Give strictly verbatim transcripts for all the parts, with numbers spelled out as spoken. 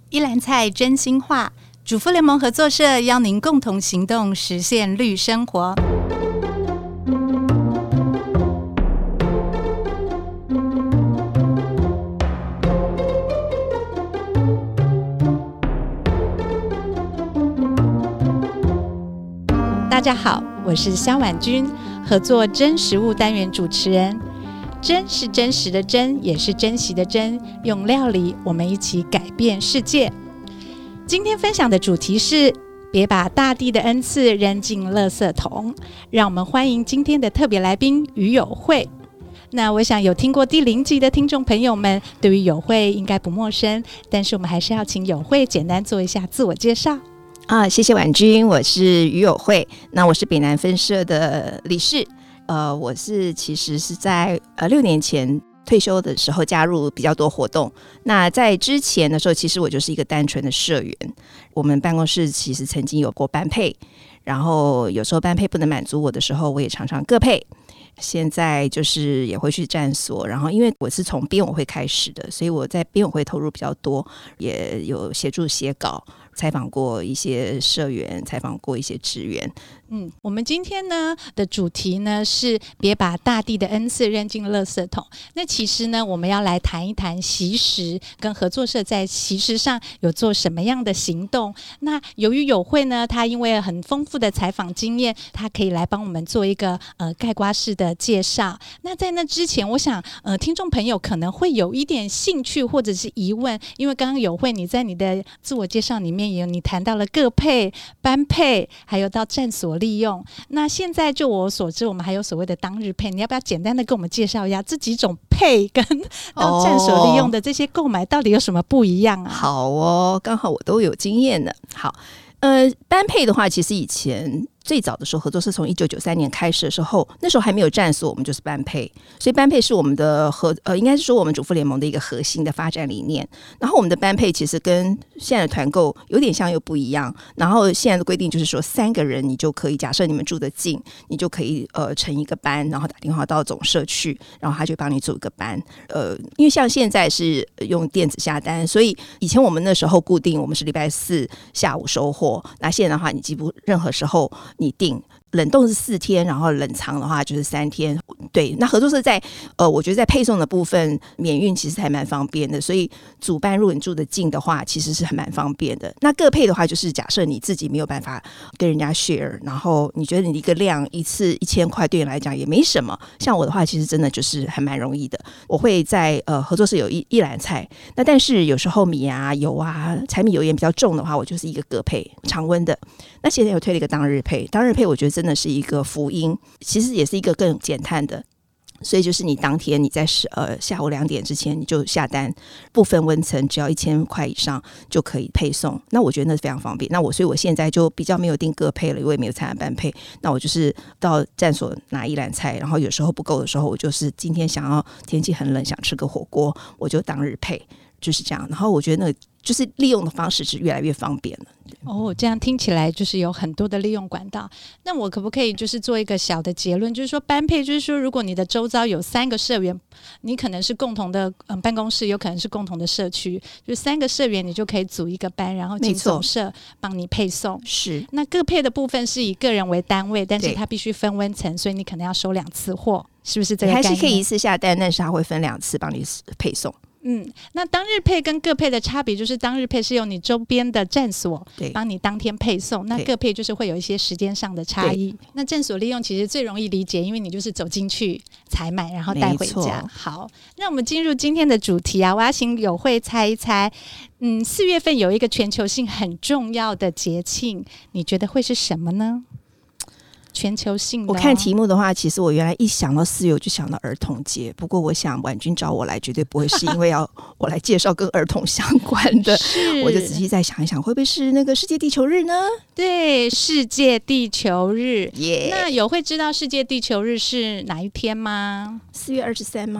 一篮菜真心话，主妇联盟合作社邀您共同行动，实现绿生活。大家好，我是萧婉君，合作真食物单元主持人。真是真实的真，也是珍惜的珍，用料理我们一起改变世界。今天分享的主题是别把大地的恩赐扔进垃圾桶。让我们欢迎今天的特别来宾于友慧。那我想有听过第零集的听众朋友们对于友慧应该不陌生，但是我们还是要请友慧简单做一下自我介绍。 啊，谢谢婉君，我是于友慧，那我是北南分社的理事。呃，我是其实是在呃六年前退休的时候加入比较多活动。那在之前的时候，其实我就是一个单纯的社员。我们办公室其实曾经有过班配，然后有时候班配不能满足我的时候，我也常常各配。现在就是也会去站所，然后因为我是从编委会开始的，所以我在编委会投入比较多，也有协助写稿，采访过一些社员，采访过一些职员。 嗯，我们今天呢的主题呢是别把大地的恩赐扔进垃圾桶。那其实呢，我们要来谈一谈习食跟合作社在习食上有做什么样的行动。那由于友慧呢，她因为很丰富的采访经验，她可以来帮我们做一个呃概括式的介绍。那在那之前，我想呃听众朋友可能会有一点兴趣或者是疑问，因为刚刚友慧你在你的自我介绍里面也有你谈到了各配、班配，还有到站所利用。那现在就我所知，我们还有所谓的当日配，你要不要简单的跟我们介绍一下这几种配跟到站所利用的这些购买到底有什么不一样啊？ 好哦，刚好我都有经验的。好，呃，班配的话，其实以前最早的时候，合作社从一九九三年开始的时候，那时候还没有站所，我们就是班配，所以班配是我们的核呃，应该是说我们主妇联盟的一个核心的发展理念。然后我们的班配其实跟现在的团购有点像又不一样。然后现在的规定就是说，三个人你就可以，假设你们住得近，你就可以呃成一个班，然后打电话到总社去，然后他就帮你组一个班。呃，因为像现在是用电子下单，所以以前我们那时候固定我们是礼拜四下午收货，那现在的话，你几乎任何时候你订，冷冻是四天，然后冷藏的话就是三天。对，那合作社在呃，我觉得在配送的部分免运其实还蛮方便的，所以主班如果你住得近的话，其实是很蛮方便的。那各配的话，就是假设你自己没有办法跟人家 share， 然后你觉得你一个量一次一千块对你来讲也没什么，像我的话，其实真的就是还蛮容易的。我会在呃合作社有一一篮菜，那但是有时候米啊、油啊、柴米油盐比较重的话，我就是一个各配常温的。那现在有推了一个当日配，当日配我觉得真的是一个福音，其实也是一个更减碳的。所以就是你当天你在呃下午两点之前你就下单，不分温层，只要一千块以上就可以配送。那我觉得那是非常方便。那我所以我现在就比较没有订各配了，我也没有参加班配。那我就是到站所拿一篮菜，然后有时候不够的时候，我就是今天想要天气很冷想吃个火锅，我就当日配，就是这样。然后我觉得那个就是利用的方式是越来越方便了。 哦，这样听起来就是有很多的利用管道。那我可不可以就是做一个小的结论，就是说班配就是说，如果你的周遭有三个社员，你可能是共同的、嗯、办公室，有可能是共同的社区，就三个社员你就可以组一个班，然后请总社帮你配送。 是， 那各配的部分是以个人为单位，但是它必须分温层，所以你可能要收两次货，是不是这个概念？ 还是可以一次下单，但是它会分两次帮你配送。 嗯，那当日配跟各配的差别就是当日配是用你周边的站所帮你当天配送，那各配就是会有一些时间上的差异。那站所利用其实最容易理解，因为你就是走进去采买然后带回家。好，那我们进入今天的主题啊，我要请友慧猜一猜，嗯，四月份有一个全球性很重要的节庆，你觉得会是什么呢？全球性的、哦、 我看题目的话，其实我原来一想到四月我就想到儿童节，不过我想婉君找我来绝对不会是因为要我来介绍跟儿童相关的我就仔细再想一想，会不会是那个世界地球日呢？ 对，世界地球日、 yeah. 那有会知道世界地球日是哪一天吗？ 四月二十三吗？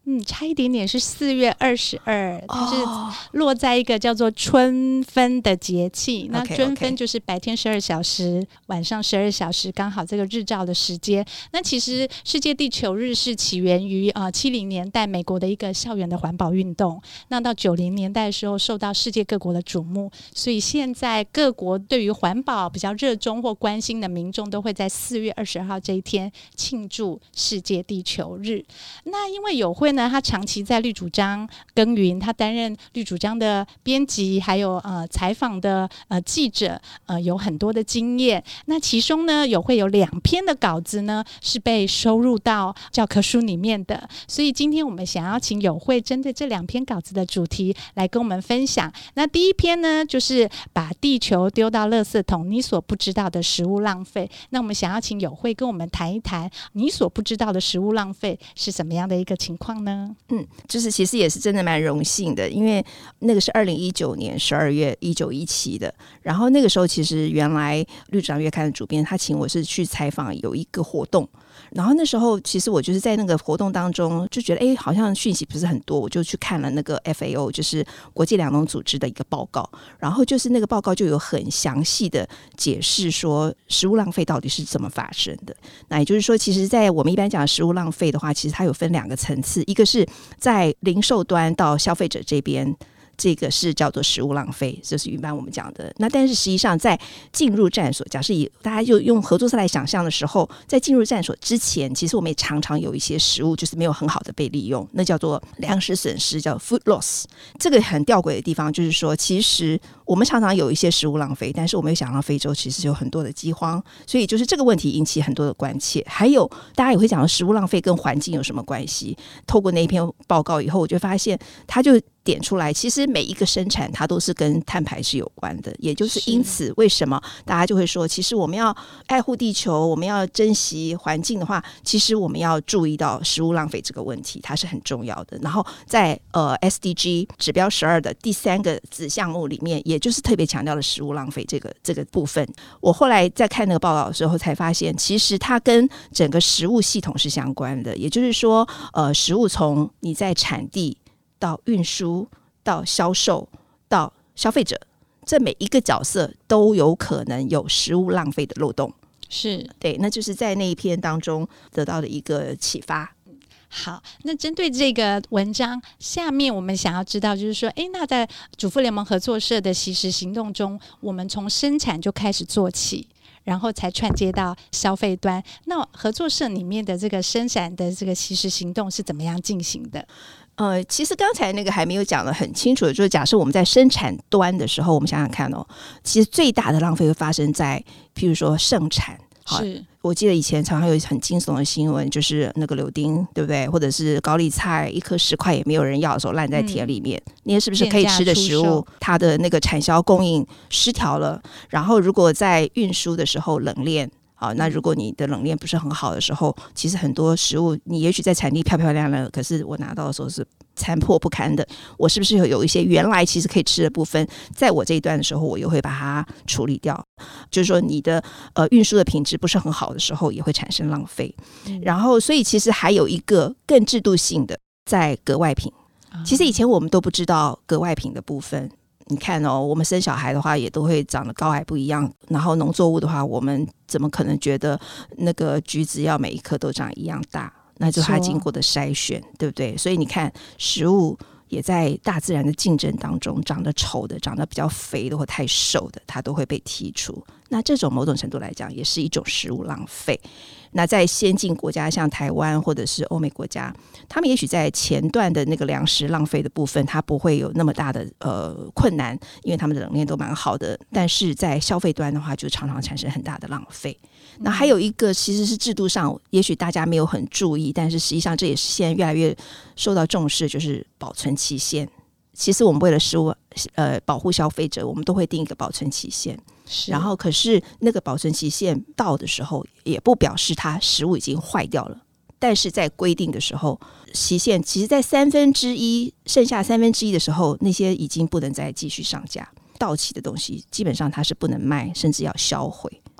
嗯，差一点点是四月二十二，它是落在一个叫做春分的节气。那春分就是白天十二小时，晚上十二小时，刚好这个日照的时间。那其实世界地球日是起源于呃七零年代美国的一个校园的环保运动。那到九零年代的时候，受到世界各国的瞩目，所以现在各国对于环保比较热衷或关心的民众，都会在四月二十二号这一天庆祝世界地球日。那因为友慧呢，他长期在绿主张耕耘，他担任绿主张的编辑，还有呃采访的呃记者，呃有很多的经验。那其中呢，友慧有两篇的稿子呢是被收入到教科书里面的，所以今天我们想要请友慧针对这两篇稿子的主题来跟我们分享。那第一篇呢，就是把地球丢到垃圾桶，你所不知道的食物浪费。那我们想要请友慧跟我们谈一谈，你所不知道的食物浪费是什么样的一个情况呢？ 嗯，就是其实也是真的蛮荣幸的，因为那个是二零一九年十二月一九一期的，然后那个时候其实原来绿主张月刊的主编他请我是去采访有一个活动，然后那时候其实我就是在那个活动当中就觉得哎，好像讯息不是很多，我就去看了那个 F A O 就是国际粮农组织的一个报告，然后就是那个报告就有很详细的解释说食物浪费到底是怎么发生的。那也就是说其实在我们一般讲食物浪费的话，其实它有分两个层次，一个是在零售端到消费者这边，这个是叫做食物浪费，这是一般我们讲的。那但是实际上在进入站所，假设以大家就用合作社来想象的时候，在进入站所之前，其实我们也常常有一些食物就是没有很好的被利用，那叫做粮食损失，叫 food loss。 这个很吊诡的地方就是说，其实我们常常有一些食物浪费，但是我们又想到非洲其实有很多的饥荒，所以就是这个问题引起很多的关切。还有大家也会讲到食物浪费跟环境有什么关系，透过那一篇报告以后，我就发现它就点出来，其实每一个生产它都是跟碳排是有关的，也就是因此为什么大家就会说，其实我们要爱护地球，我们要珍惜环境的话，其实我们要注意到食物浪费这个问题，它是很重要的。然后在呃 S D G 指标十二的第三个子项目里面，也就是特别强调了食物浪费这个这个部分。我后来在看那个报告的时候才发现，其实它跟整个食物系统是相关的，也就是说呃，食物从你在产地到运输到销售到消费者，这每一个角色都有可能有食物浪费的漏洞。 是， 对，那就是在那一篇当中得到的一个启发。 好，那针对这个文章下面我们想要知道就是说，诶，那在主妇联盟合作社的惜食行动中，我们从生产就开始做起，然后才串接到消费端。那合作社里面的这个生产的这个惜食行动是怎么样进行的？ 呃，其实刚才那个还没有讲得很清楚的，就是假设我们在生产端的时候，我们想想看哦，其实最大的浪费会发生在譬如说盛产。 是， 我记得以前常常有很惊悚的新闻，就是那个柳丁，对不对？或者是高丽菜，一颗十块也没有人要的时候，烂在田里面，嗯、那些是不是可以吃的食物？它的那个产销供应失调了，然后如果在运输的时候冷链。好，那如果你的冷链不是很好的时候，其实很多食物你也许在产地漂漂亮亮，可是我拿到的时候是残破不堪的。我是不是有一些原来其实可以吃的部分，在我这一段的时候，我又会把它处理掉？就是说，你的呃运输的品质不是很好的时候，也会产生浪费。嗯、然后，所以其实还有一个更制度性的，在格外品。其实以前我们都不知道格外品的部分。你看哦，我们生小孩的话也都会长得高矮不一样，然后农作物的话，我们怎么可能觉得那个橘子要每一颗都长一样大？那就是它经过的筛选，对不对？所以你看，食物也在大自然的竞争当中，长得丑的、长得比较肥的或太瘦的，它都会被剔除。那这种某种程度来讲，也是一种食物浪费。那在先进国家像台湾或者是欧美国家，他们也许在前段的那个粮食浪费的部分，它不会有那么大的呃困难，因为他们的冷链都蛮好的。但是在消费端的话，就常常产生很大的浪费。那还有一个其实是制度上，也许大家没有很注意，但是实际上这也是现在越来越受到重视，就是保存期限。其实我们为了食物呃保护消费者，我们都会定一个保存期限。然后可是那个保存期限到的时候，也不表示它食物已经坏掉了。但是在规定的时候，期限其实在三分之一，剩下三分之一的时候，那些已经不能再继续上架。到期的东西基本上它是不能卖，甚至要销毁。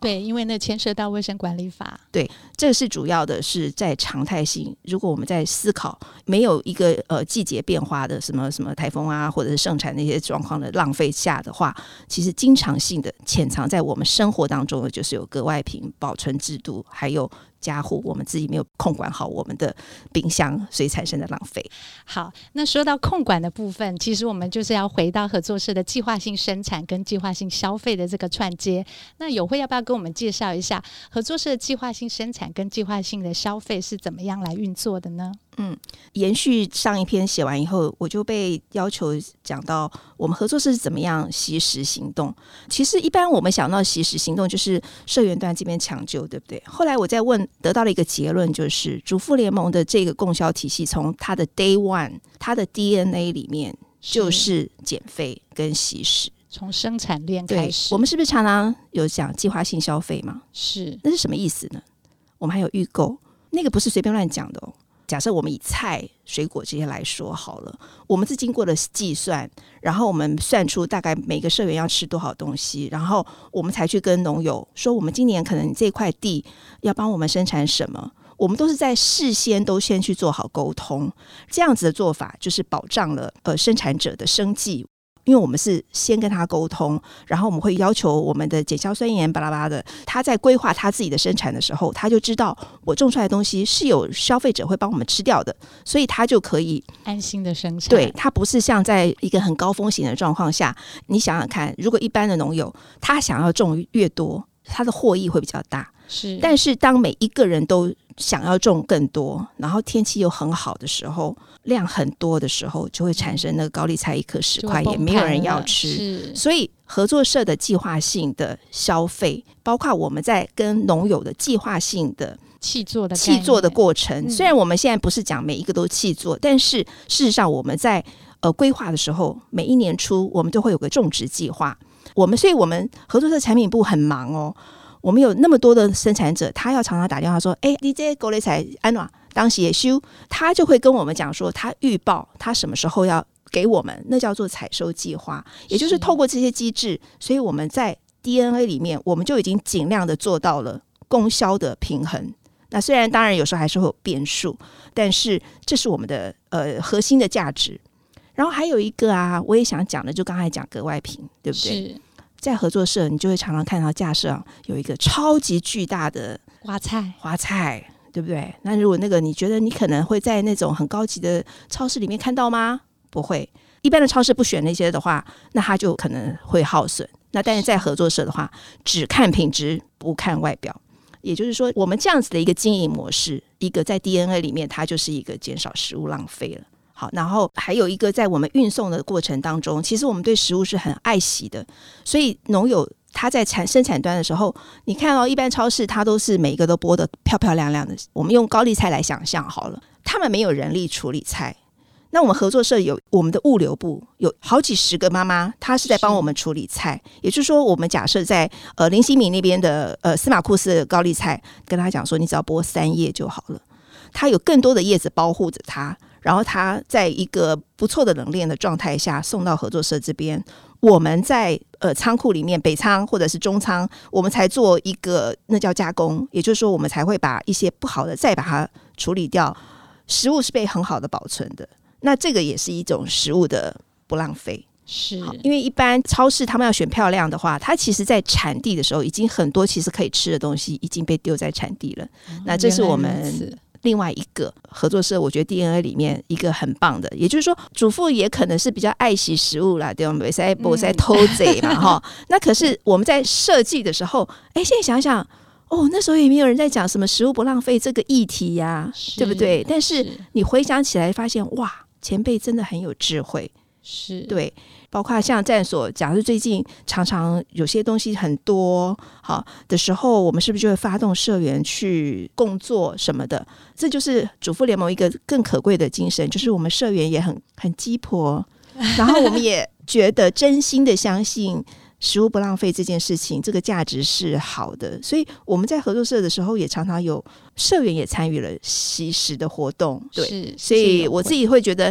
对，因为那牵涉到卫生管理法。 对，这个是主要的是在常态性，如果我们在思考没有一个呃季节变化的什么什么台风啊，或者是盛产那些状况的浪费下的话，其实经常性的潜藏在我们生活当中的就是有格外品保存制度，还有家户我们自己没有控管好我们的冰箱，所以产生的浪费。 好，那说到控管的部分，其实我们就是要回到合作社的计划性生产跟计划性消费的这个串接。那友慧要不要跟我们介绍一下合作社的计划性生产跟计划性的消费是怎么样来运作的呢？ 嗯，延续上一篇写完以后，我就被要求讲到我们合作社是怎么样惜时行动。其实一般我们想到惜时行动就是社员端这边抢救，对不对？后来我再问，得到了一个结论，就是主妇联盟的这个供销体系从它的 day one 它的 D N A 里面就是减费跟惜时， 从生产链开始。 我们是不是常常有讲计划性消费嘛？ 是， 那是什么意思呢？我们还有预购，那个不是随便乱讲的哦。假设我们以菜水果这些来说好了，我们是经过了计算，然后我们算出大概每个社员要吃多少东西，然后我们才去跟农友说我们今年可能这块地要帮我们生产什么，我们都是在事先都先去做好沟通。这样子的做法就是保障了呃生产者的生计，因为我们是先跟他沟通，然后我们会要求我们的检硝酸盐巴拉巴拉的，他在规划他自己的生产的时候，他就知道我种出来的东西是有消费者会帮我们吃掉的，所以他就可以安心的生产。 对，他不是像在一个很高风险的状况下，你想想看，如果一般的农友他想要种越多，他的获益会比较大， 是， 但是当每一个人都想要种更多，然后天气又很好的时候，量很多的时候，就会产生那个高丽菜一颗十块也没有人要吃。所以合作社的计划性的消费，包括我们在跟农友的计划性的契作的契作的过程、 嗯、 虽然我们现在不是讲每一个都契作，但是事实上我们在呃规划的时候，每一年初我们都会有个种植计划。我们所以我们合作社产品部很忙哦，我们有那么多的生产者，他要常常打电话说，哎，你这高丽菜安哪当时也收，他就会跟我们讲说，他预报他什么时候要给我们，那叫做采收计划。也就是透过这些机制，所以我们在 D N A 里面，我们就已经尽量的做到了供销的平衡。那虽然当然有时候还是会有变数，但是这是我们的呃核心的价值。然后还有一个啊，我也想讲的，就刚才讲格外品，对不对？在合作社，你就会常常看到架设上有一个超级巨大的花菜， 花菜，对不对？那如果那个你觉得你可能会在那种很高级的超市里面看到吗？不会，一般的超市不选那些的话，那它就可能会耗损。那但是在合作社的话，只看品质，不看外表。也就是说，我们这样子的一个经营模式，一个在 D N A 里面，它就是一个减少食物浪费了。好，然后还有一个在我们运送的过程当中，其实我们对食物是很爱惜的，所以农友他在产生产端的时候，你看到、哦、一般超市它都是每一个都剥得漂漂亮亮的，我们用高丽菜来想象好了，他们没有人力处理菜，那我们合作社有我们的物流部，有好几十个妈妈，她是在帮我们处理菜。也就是说，我们假设在呃林新民那边的呃司马库斯的高丽菜，跟他讲说，你只要剥三叶就好了，它有更多的叶子保护着它，然后它在一个不错的冷链的状态下送到合作社这边，我们在呃仓库里面，北仓或者是中仓，我们才做一个那叫加工，也就是说我们才会把一些不好的再把它处理掉，食物是被很好的保存的。那这个也是一种食物的不浪费。 是， 因为一般超市他们要选漂亮的话，它其实在产地的时候已经很多其实可以吃的东西已经被丢在产地了、嗯、那这是我们另外一个合作社我觉得 D N A 里面一个很棒的，也就是说主妇也可能是比较爱惜食物啦，对吧？不在不在偷贼嘛哈、嗯。那可是我们在设计的时候，哎，现在想想哦，那时候也没有人在讲什么食物不浪费这个议题呀、啊，对不对？但是你回想起来发现，哇，前辈真的很有智慧。 是， 对，包括像站所假如最近常常有些东西很多好的时候，我们是不是就会发动社员去共作什么的？这就是主妇联盟一个更可贵的精神，就是我们社员也很很鸡婆，然后我们也觉得真心的相信食物不浪费这件事情，这个价值是好的，所以我们在合作社的时候也常常有社员也参与了惜食的活动。对，所以我自己会觉得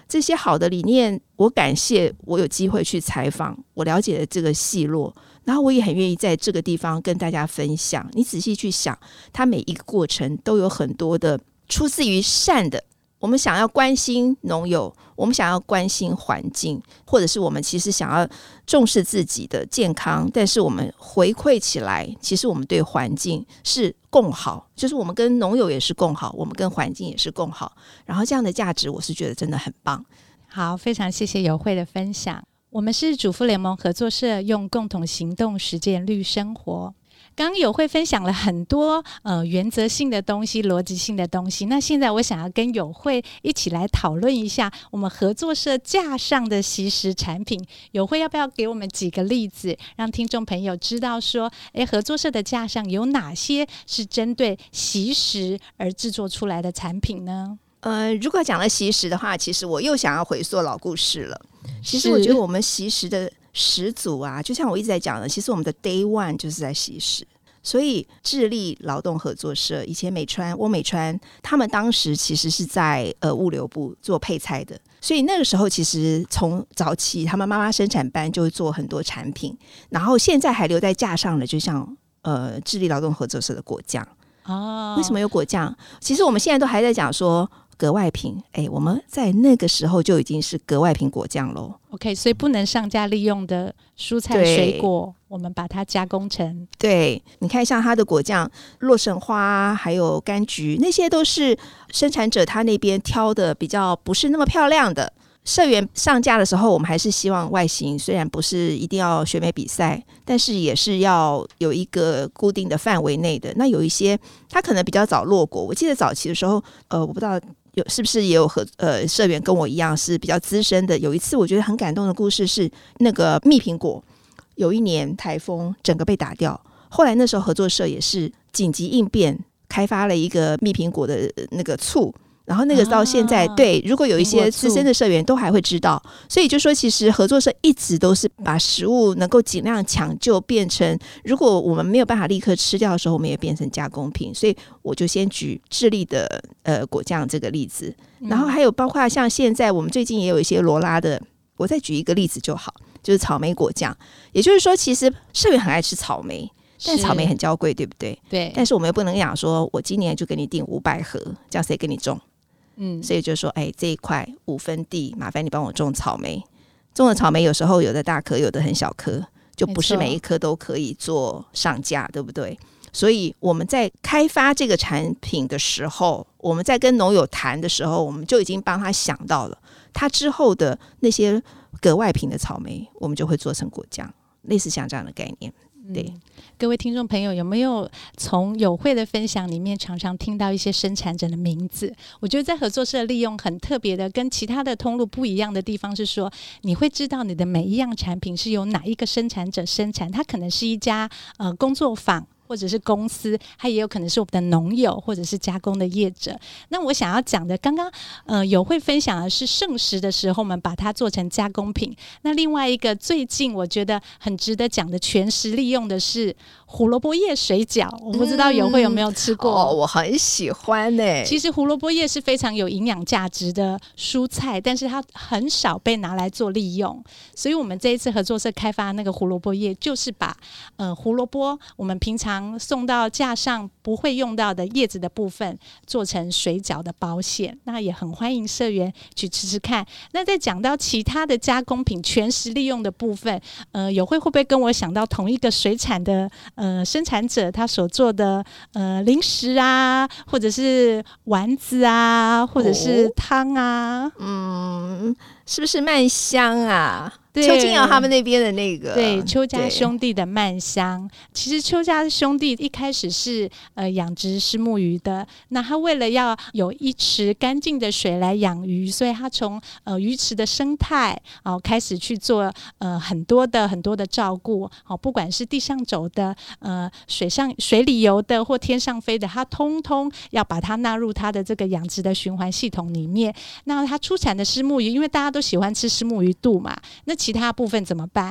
这些好的理念，我感谢我有机会去采访，我了解了这个系络，然后我也很愿意在这个地方跟大家分享。你仔细去想，它每一个过程都有很多的出自于善的，我们想要关心农友，我们想要关心环境，或者是我们其实想要重视自己的健康，但是我们回馈起来，其实我们对环境是共好，就是我们跟农友也是共好，我们跟环境也是共好，然后这样的价值我是觉得真的很棒。 好，非常谢谢友慧的分享。我们是主妇联盟合作社，用共同行动实践绿生活。刚刚友慧分享了很多呃原则性的东西、逻辑性的东西，那现在我想要跟友慧一起来讨论一下我们合作社架上的惜食产品。友慧要不要给我们几个例子，让听众朋友知道说，诶，合作社的架上有哪些是针对惜食而制作出来的产品呢？ 呃，如果讲了惜食的话，其实我又想要回溯老故事了。其实我觉得我们惜食的始祖啊，就像我一直在讲的，其实我们的 day one 就是在惜食。所以智利劳动合作社以前美川翁美川他们当时其实是在呃物流部做配菜的，所以那个时候其实从早期他们妈妈生产班就会做很多产品，然后现在还留在架上的，就像呃智利劳动合作社的果酱。哦，为什么有果酱？其实我们现在都还在讲说格外品，哎，我们在那个时候就已经是格外品果酱喽。 OK， 所以不能上架利用的蔬菜水果，我们把它加工成， 对，你看像它的果酱，洛神花还有柑橘，那些都是生产者他那边挑的比较不是那么漂亮的。社员上架的时候，我们还是希望外形虽然不是一定要选美比赛，但是也是要有一个固定的范围内的。那有一些它可能比较早落果，我记得早期的时候，呃，我不知道有是不是也有和呃社员跟我一样是比较资深的。有一次我觉得很感动的故事是那个蜜苹果，有一年台风整个被打掉，后来那时候合作社也是紧急应变，开发了一个蜜苹果的那个醋。然后那个到现在、啊、对，如果有一些资深的社员都还会知道，所以就说其实合作社一直都是把食物能够尽量抢救变成，如果我们没有办法立刻吃掉的时候，我们也变成加工品。所以我就先举智利的呃果酱这个例子，然后还有包括像现在我们最近也有一些罗拉的，我再举一个例子就好，就是草莓果酱。也就是说其实社员很爱吃草莓，但草莓很娇贵，对不对？ 对。 但是我们又不能讲说我今年就给你订五百盒，这样谁给你种？嗯，所以就说，哎，这一块五分地，麻烦你帮我种草莓。种的草莓有时候有的大颗，有的很小颗，就不是每一颗都可以做上架，对不对？所以我们在开发这个产品的时候，我们在跟农友谈的时候，我们就已经帮他想到了，他之后的那些格外品的草莓，我们就会做成果酱，类似像这样的概念。对、嗯， 各位听众朋友，有没有从友慧的分享里面常常听到一些生产者的名字？我觉得在合作社利用很特别的，跟其他的通路不一样的地方是说，你会知道你的每一样产品是由哪一个生产者生产，它可能是一家呃工作坊，或者是公司，它也有可能是我们的农友或者是加工的业者。那我想要讲的，刚刚呃友慧分享的是剩食的时候我们把它做成加工品，那另外一个最近我觉得很值得讲的全食利用的是胡萝卜叶水饺。我不知道友慧有没有吃过、 嗯、哦，我很喜欢耶、欸、 其实胡萝卜叶是非常有营养价值的蔬菜，但是它很少被拿来做利用，所以我们这一次合作社开发那个胡萝卜叶，就是把呃胡萝卜我们平常送到架上不会用到的叶子的部分做成水饺的包馅，那也很欢迎社员去吃吃看。那再讲到其他的加工品全食利用的部分，呃，友慧会不会跟我想到同一个水产的呃生产者他所做的呃零食啊，或者是丸子啊，或者是汤啊、哦、 嗯，是不是麦香啊？邱金瑶他们那边的那个， 对，邱家兄弟的麦香。其实邱家兄弟一开始是呃养殖虱目鱼的，那他为了要有一池干净的水来养鱼，所以他从呃鱼池的生态哦、呃、开始去做呃很多的很多的照顾，好、哦，不管是地上走的、呃水上水里游的或天上飞的，他通通要把它纳入他的这个养殖的循环系统里面。那他出产的虱目鱼，因为大家都喜欢吃虱目鱼肚嘛，那其他部分怎么办？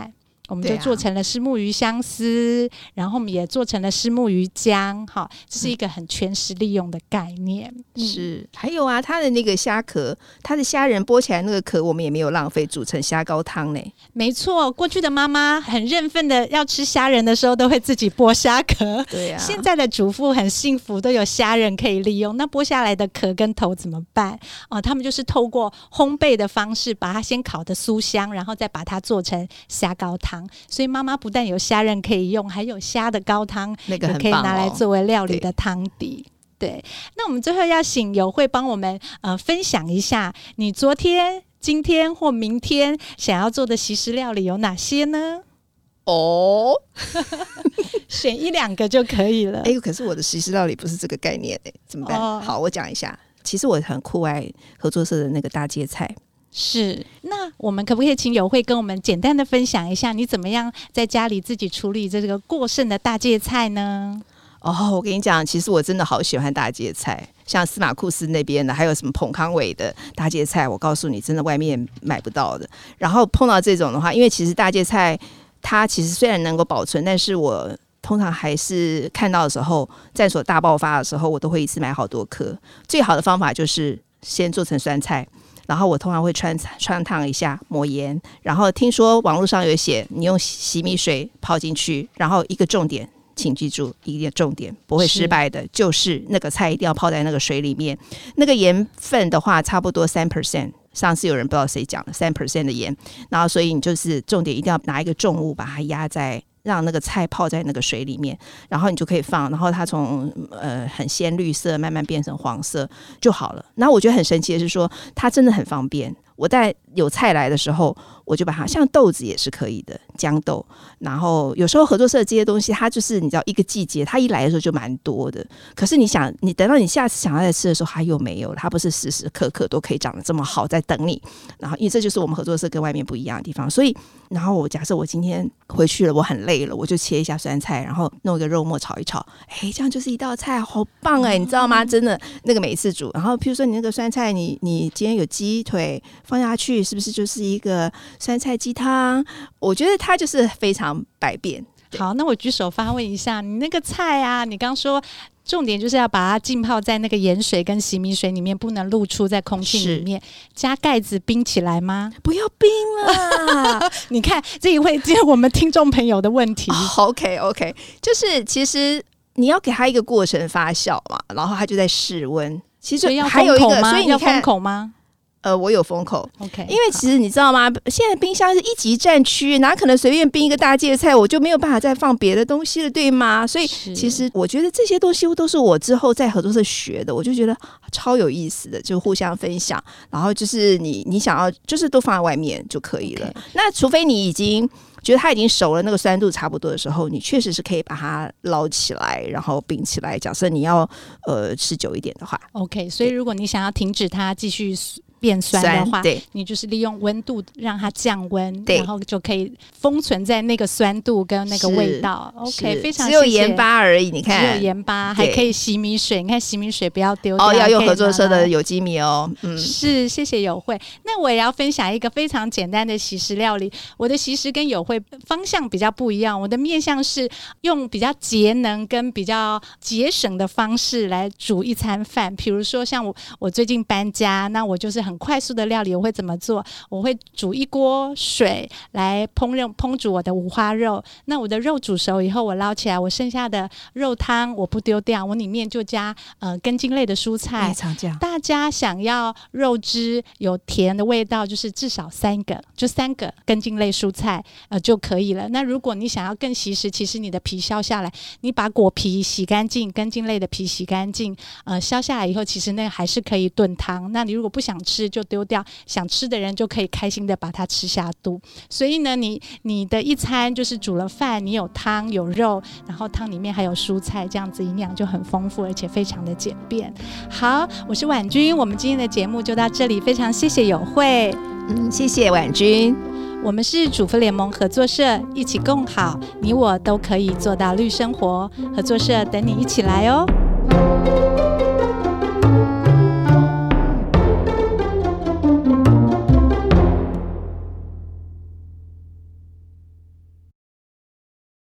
我们就做成了虱目鱼香丝、啊、然后我们也做成了虱目鱼浆，好，这是一个很全时利用的概念、 嗯、是。还有啊，它的那个虾壳，它的虾仁剥起来那个壳我们也没有浪费，煮成虾高汤呢。 没错，过去的妈妈很认份的要吃虾仁的时候都会自己剥虾壳， 对啊， 现在的主妇很幸福，都有虾仁可以利用。那剥下来的壳跟头怎么办、哦、他们就是透过烘焙的方式把它先烤的酥香，然后再把它做成虾高汤，所以妈妈不但有虾仁可以用，还有虾的高汤， 那个很棒哦， 也可以拿来作为料理的汤底。对，那我们最后要请友慧帮我们呃分享一下，你昨天、今天或明天想要做的习食料理有哪些呢？ 哦， 选一两个就可以了。 哎、欸，可是我的习食料理不是这个概念、欸、怎么办？哦、好，我讲一下。其实我很酷爱合作社的那个大芥菜。 是，那我们可不可以请友慧跟我们简单的分享一下，你怎么样在家里自己处理这个过剩的大芥菜呢？ 哦，我跟你讲，其实我真的好喜欢大芥菜，像司马库斯那边的，还有什么彭康伟的大芥菜，我告诉你，真的外面买不到的。然后碰到这种的话，因为其实大芥菜它其实虽然能够保存，但是我通常还是看到的时候，战所大爆发的时候，我都会一次买好多颗。最好的方法就是先做成酸菜，然后我通常会穿穿烫一下，抹盐，然后听说网络上有写，你用洗米水泡进去，然后一个重点。请记住一个重点，不会失败的，是就是那个菜一定要泡在那个水里面。那个盐分的话，差不多 百分之三。上次有人不知道谁讲了 百分之三 的盐，然后所以你就是重点一定要拿一个重物把它压在，让那个菜泡在那个水里面，然后你就可以放，然后它从呃很鲜绿色慢慢变成黄色就好了。然后我觉得很神奇的是说，它真的很方便。我在有菜来的时候，我就把它，像豆子也是可以的，豇豆。然后有时候合作社这些东西，它就是你知道一个季节，它一来的时候就蛮多的。可是你想，你等到你下次想要再吃的时候，它又没有了。它不是时时刻刻都可以长得这么好，在等你。然后因为这就是我们合作社跟外面不一样的地方。所以，然后我假设我今天回去了，我很累了，我就切一下酸菜，然后弄一个肉末炒一炒，哎，这样就是一道菜，好棒哎、欸！你知道吗？真的那个每次煮，然后譬如说你那个酸菜，你你今天有鸡腿。放下去是不是就是一个酸菜鸡汤？我觉得它就是非常百变。 好，那我举手发问一下，你那个菜啊，你刚说重点就是要把它浸泡在那个盐水跟洗米水里面，不能露出在空气里面，加盖子冰起来吗？ 不要冰了。 你看这一会是我们听众朋友的问题。 oh, OK OK， 就是其实你要给它一个过程发酵嘛，然后它就在室温。其实还有一个，所以你看要封口吗？ 呃，我有封口 ，OK， 因为其实你知道吗？现在冰箱是一级战区，哪可能随便冰一个大芥菜，我就没有办法再放别的东西了，对吗？所以其实我觉得这些东西都是我之后在合作社学的，我就觉得超有意思的，就互相分享。然后就是你你想要，就是都放在外面就可以了。Okay. 那除非你已经觉得它已经熟了，那个酸度差不多的时候，你确实是可以把它捞起来，然后冰起来。假设你要呃吃久一点的话 ，OK。所以如果你想要停止它继续变酸的话，你就是利用温度让它降温，然后就可以封存在那个酸度跟那个味道。OK， 非常谢谢。 只有盐巴而已，你看， 只有盐巴，还可以洗米水。你看洗米水不要丢掉哦，要用合作社的有机米哦。 嗯，是，谢谢友慧。那我也要分享一个非常简单的习食料理。我的习食跟友慧方向比较不一样，我的面向是用比较节能跟比较节省的方式来煮一餐饭。比如说像我，我最近搬家，那我就是很快速的料理，我会怎么做？我会煮一锅水来烹饪烹煮我的五花肉。那我的肉煮熟以后，我捞起来，我剩下的肉汤我不丢掉，我里面就加呃根茎类的蔬菜。大家想要肉汁有甜的味道，就是至少三个，就三个根茎类蔬菜呃就可以了。那如果你想要更稀释，其实你的皮削下来，你把果皮洗干净，根茎类的皮洗干净，呃削下来以后，其实那个还是可以炖汤。那你如果不想吃就丢掉，想吃的人就可以开心的把它吃下肚。所以呢，你你的一餐就是煮了饭，你有汤有肉，然后汤里面还有蔬菜，这样子营养就很丰富，而且非常的简便。好，我是婉君，我们今天的节目就到这里，非常谢谢友慧。 嗯，谢谢婉君。 我们是主妇联盟合作社，一起共好，你我都可以做到绿生活。合作社等你一起来哦。